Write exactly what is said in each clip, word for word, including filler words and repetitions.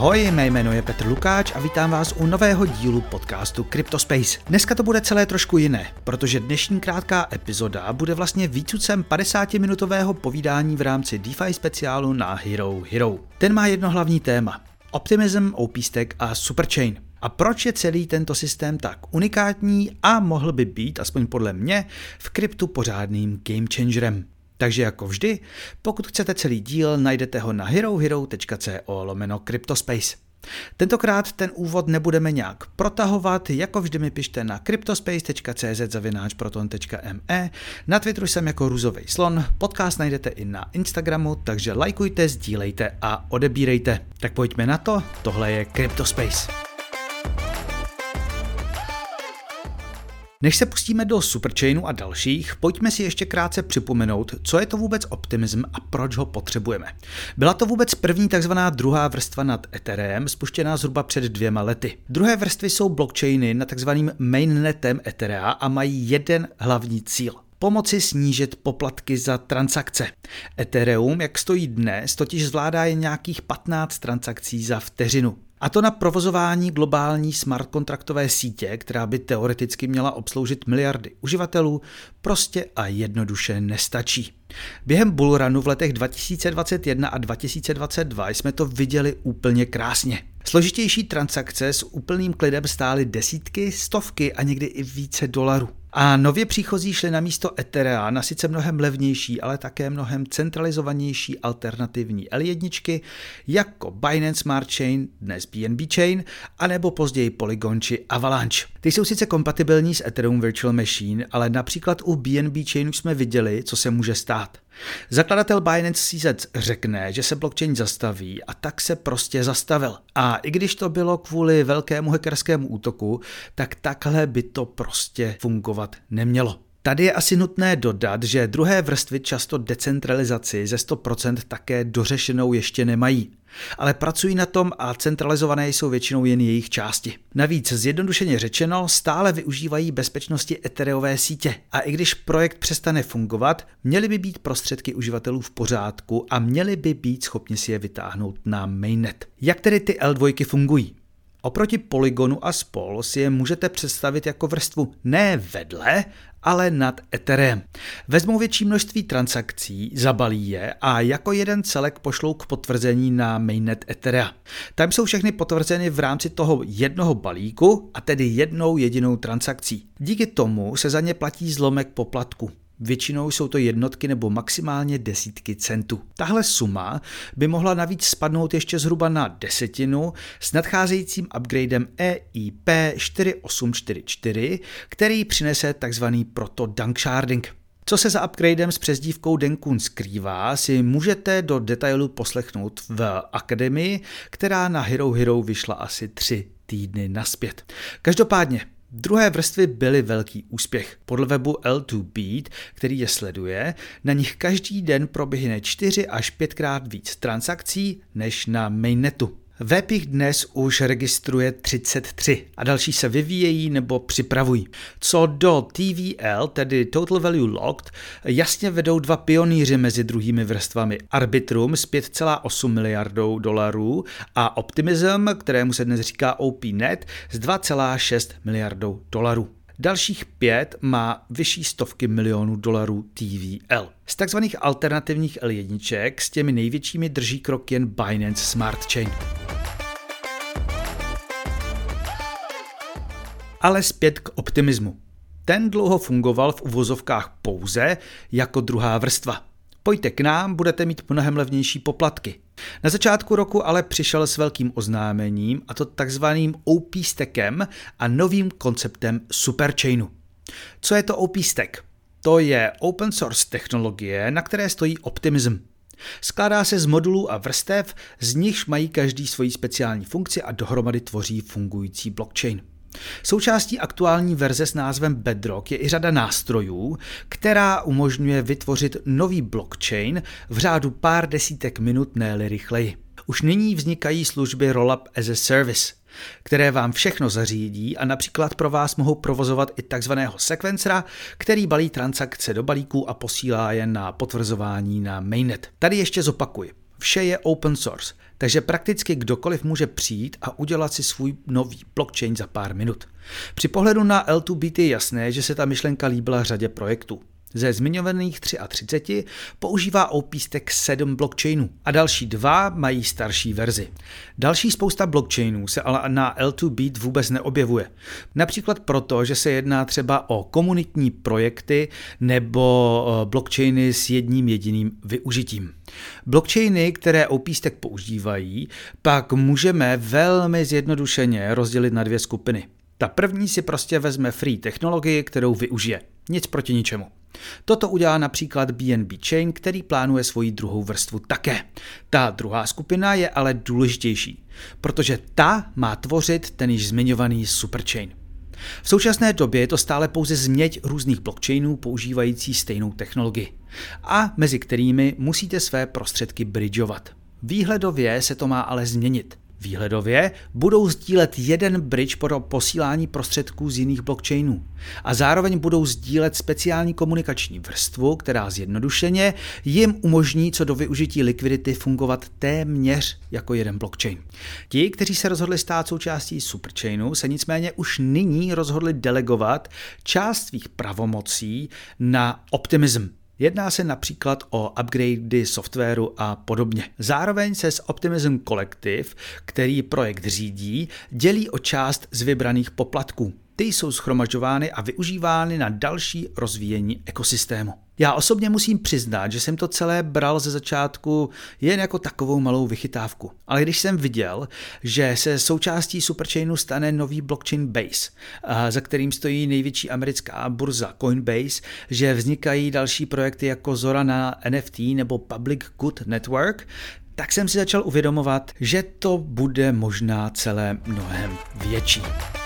Ahoj, mé jméno je Petr Lukáč a vítám vás u nového dílu podcastu CryptoSpace. Dneska to bude celé trošku jiné, protože dnešní krátká epizoda bude vlastně výcucem padesátiminutového povídání v rámci DeFi speciálu na Hero Hero. Ten má jedno hlavní téma: Optimism, OPStack a Superchain. A proč je celý tento systém tak unikátní a mohl by být, aspoň podle mě, v kryptu pořádným game changerem. Takže jako vždy, pokud chcete celý díl, najdete ho na herohero.co lomeno CryptoSpace. Tentokrát ten úvod nebudeme nějak protahovat, jako vždy mi pište na cryptospace.cz zavináč proton.me, na Twitteru jsem jako růzovej slon, podcast najdete i na Instagramu, takže lajkujte, sdílejte a odebírejte. Tak pojďme na to, tohle je CryptoSpace. Než se pustíme do Superchainu a dalších, pojďme si ještě krátce připomenout, co je to vůbec optimism a proč ho potřebujeme. Byla to vůbec první takzvaná druhá vrstva nad Ethereum, spuštěná zhruba před dvěma lety. Druhé vrstvy jsou blockchainy nad takzvaným mainnetem Etherea a mají jeden hlavní cíl: pomoci snížit poplatky za transakce. Ethereum, jak stojí dnes, totiž zvládá jen nějakých patnáct transakcí za vteřinu. A to na provozování globální smart kontraktové sítě, která by teoreticky měla obsloužit miliardy uživatelů, prostě a jednoduše nestačí. Během bullrunu v letech dva tisíce dvacet jedna a dva tisíce dvacet dva jsme to viděli úplně krásně. Složitější transakce s úplným klidem stály desítky, stovky a někdy i více dolarů. A nově příchozí šli na místo Etherea na sice mnohem levnější, ale také mnohem centralizovanější alternativní L jedna, jako Binance Smart Chain, dnes B N B Chain, anebo později Polygon či Avalanche. Ty jsou sice kompatibilní s Ethereum Virtual Machine, ale například u B N B Chainu jsme viděli, co se může stát. Zakladatel Binance C Z řekne, že se blockchain zastaví, a tak se prostě zastavil. A i když to bylo kvůli velkému hackerskému útoku, tak takhle by to prostě fungovat nemělo. Tady je asi nutné dodat, že druhé vrstvy často decentralizaci ze sto procent také dořešenou ještě nemají. Ale pracují na tom a centralizované jsou většinou jen jejich části. Navíc, zjednodušeně řečeno, stále využívají bezpečnosti Ethereové sítě. A i když projekt přestane fungovat, měly by být prostředky uživatelů v pořádku a měli by být schopni si je vytáhnout na mainnet. Jak tedy ty L dva fungují? Oproti Polygonu a spol si je můžete představit jako vrstvu ne vedle, ale nad Ethereum. Vezmou větší množství transakcí, zabalí je a jako jeden celek pošlou k potvrzení na mainnet Etherea. Tam jsou všechny potvrzeny v rámci toho jednoho balíku, a tedy jednou jedinou transakcí. Díky tomu se za ně platí zlomek poplatku. Většinou jsou to jednotky nebo maximálně desítky centů. Tahle suma by mohla navíc spadnout ještě zhruba na desetinu s nadcházejícím upgradem E I P čtyři osm čtyři čtyři, který přinese takzvaný proto-danksharding. Co se za upgradem s přezdívkou Denkun skrývá, si můžete do detailu poslechnout v akademii, která na Hero Hero vyšla asi tři týdny nazpět. Každopádně, druhé vrstvy byly velký úspěch. Podle webu L dva Beat, který je sleduje, na nich každý den proběhne čtyři až pětkrát víc transakcí než na mainnetu. Web jich dnes už registruje třicet tři a další se vyvíjejí nebo připravují. Co do T V L, tedy Total Value Locked, jasně vedou dva pionýři mezi druhými vrstvami. Arbitrum s pět celá osm miliardou dolarů a Optimism, kterému se dnes říká O P Net, s dva celá šest miliardou dolarů. Dalších pět má vyšší stovky milionů dolarů T V L. Z takzvaných alternativních L jedna s těmi největšími drží krok jen Binance Smart Chain. Ale zpět k optimismu. Ten dlouho fungoval v uvozovkách pouze jako druhá vrstva. Pojďte k nám, budete mít mnohem levnější poplatky. Na začátku roku ale přišel s velkým oznámením, a to takzvaným OPStackem a novým konceptem Superchainu. Co je to OPStack? To je open source technologie, na které stojí Optimism. Skládá se z modulů a vrstev, z nichž mají každý svoji speciální funkci a dohromady tvoří fungující blockchain. Součástí aktuální verze s názvem Bedrock je i řada nástrojů, která umožňuje vytvořit nový blockchain v řádu pár desítek minut, ne-li rychleji. Už nyní vznikají služby Rollup as a Service, které vám všechno zařídí a například pro vás mohou provozovat i takzvaného sekvencera, který balí transakce do balíků a posílá je na potvrzování na mainnet. Tady ještě zopakuji. Vše je open source, takže prakticky kdokoliv může přijít a udělat si svůj nový blockchain za pár minut. Při pohledu na L dva Beat je jasné, že se ta myšlenka líbila řadě projektů. Ze zmiňovaných třiceti tři používá OPStack sedm blockchainů a další dva mají starší verzi. Další spousta blockchainů se ale na L dva Beat vůbec neobjevuje. Například proto, že se jedná třeba o komunitní projekty nebo blockchainy s jedním jediným využitím. Blockchainy, které OPStack používají, pak můžeme velmi zjednodušeně rozdělit na dvě skupiny. Ta první si prostě vezme free technologii, kterou využije. Nic proti ničemu. Toto udělá například B N B Chain, který plánuje svoji druhou vrstvu také. Ta druhá skupina je ale důležitější, protože ta má tvořit ten již zmiňovaný superchain. V současné době je to stále pouze změť různých blockchainů používající stejnou technologii a mezi kterými musíte své prostředky bridgeovat. Výhledově se to má ale změnit. Výhledově budou sdílet jeden bridge pro posílání prostředků z jiných blockchainů a zároveň budou sdílet speciální komunikační vrstvu, která zjednodušeně jim umožní co do využití likvidity fungovat téměř jako jeden blockchain. Ti, kteří se rozhodli stát součástí superchainu, se nicméně už nyní rozhodli delegovat část svých pravomocí na Optimism. Jedná se například o upgradey softwaru a podobně. Zároveň se s Optimism Collective, který projekt řídí, dělí o část z vybraných poplatků. Ty jsou shromažďovány a využívány na další rozvíjení ekosystému. Já osobně musím přiznat, že jsem to celé bral ze začátku jen jako takovou malou vychytávku. Ale když jsem viděl, že se součástí superchainu stane nový blockchain Base, za kterým stojí největší americká burza Coinbase, že vznikají další projekty jako Zora na N F T nebo Public Good Network, tak jsem si začal uvědomovat, že to bude možná celé mnohem větší.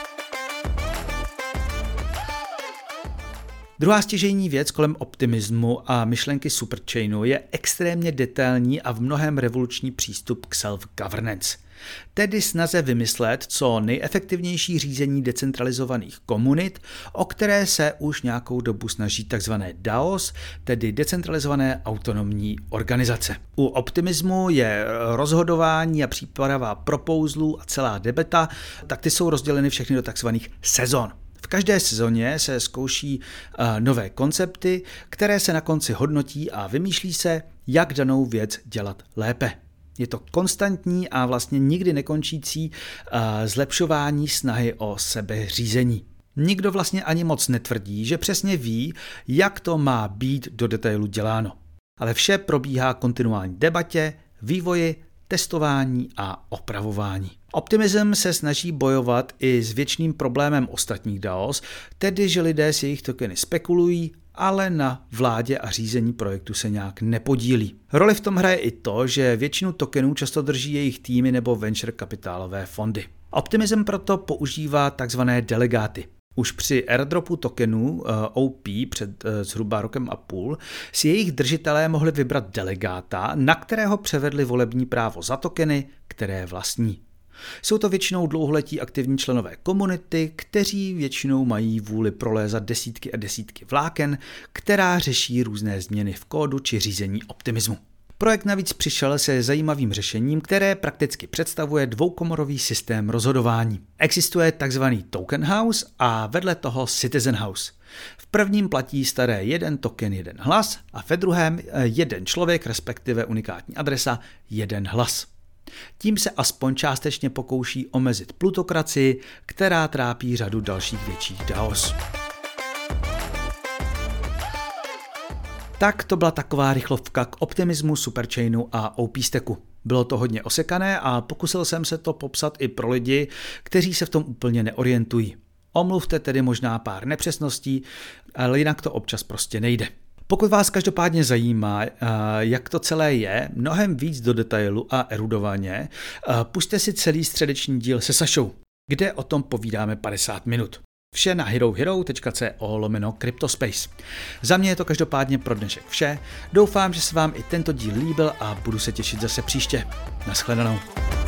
Druhá stěžejní věc kolem optimismu a myšlenky superchainu je extrémně detailní a v mnohem revoluční přístup k self-governance. Tedy snaze vymyslet co nejefektivnější řízení decentralizovaných komunit, o které se už nějakou dobu snaží tzv. D A Os, tedy decentralizované autonomní organizace. U optimismu je rozhodování a příprava propouzlů a celá debata, tak ty jsou rozděleny všechny do tzv. Sezon. V každé sezóně se zkouší uh, nové koncepty, které se na konci hodnotí a vymýšlí se, jak danou věc dělat lépe. Je to konstantní a vlastně nikdy nekončící uh, zlepšování snahy o sebeřízení. Nikdo vlastně ani moc netvrdí, že přesně ví, jak to má být do detailu děláno. Ale vše probíhá kontinuální debatě, vývoji, testování a opravování. Optimism se snaží bojovat i s věčným problémem ostatních D A Os, tedy že lidé s jejich tokeny spekulují, ale na vládě a řízení projektu se nějak nepodílí. Roli v tom hraje i to, že většinu tokenů často drží jejich týmy nebo venture kapitálové fondy. Optimism proto používá takzvané delegáty. Už při airdropu tokenů uh, O P před uh, zhruba rokem a půl si jejich držitelé mohli vybrat delegáta, na kterého převedli volební právo za tokeny, které vlastní. Jsou to většinou dlouholetí aktivní členové komunity, kteří většinou mají vůli prolézat desítky a desítky vláken, která řeší různé změny v kódu či řízení optimismu. Projekt navíc přišel se zajímavým řešením, které prakticky představuje dvoukomorový systém rozhodování. Existuje tzv. Token House a vedle toho Citizen House. V prvním platí staré jeden token, jeden hlas a ve druhém jeden člověk, respektive unikátní adresa, jeden hlas. Tím se aspoň částečně pokouší omezit plutokracii, která trápí řadu dalších větších D A Os. Tak to byla taková rychlovka k optimismu, superchainu a OPStacku. Bylo to hodně osekané a pokusil jsem se to popsat i pro lidi, kteří se v tom úplně neorientují. Omluvte tedy možná pár nepřesností, ale jinak to občas prostě nejde. Pokud vás každopádně zajímá, jak to celé je, mnohem víc do detailu a erudovaně, pusťte si celý středeční díl se Sašou, kde o tom povídáme padesát minut. Vše na herohero tečka co lomeno Cryptospace. Za mě je to každopádně pro dnešek vše. Doufám, že se vám i tento díl líbil a budu se těšit zase příště. Naschledanou.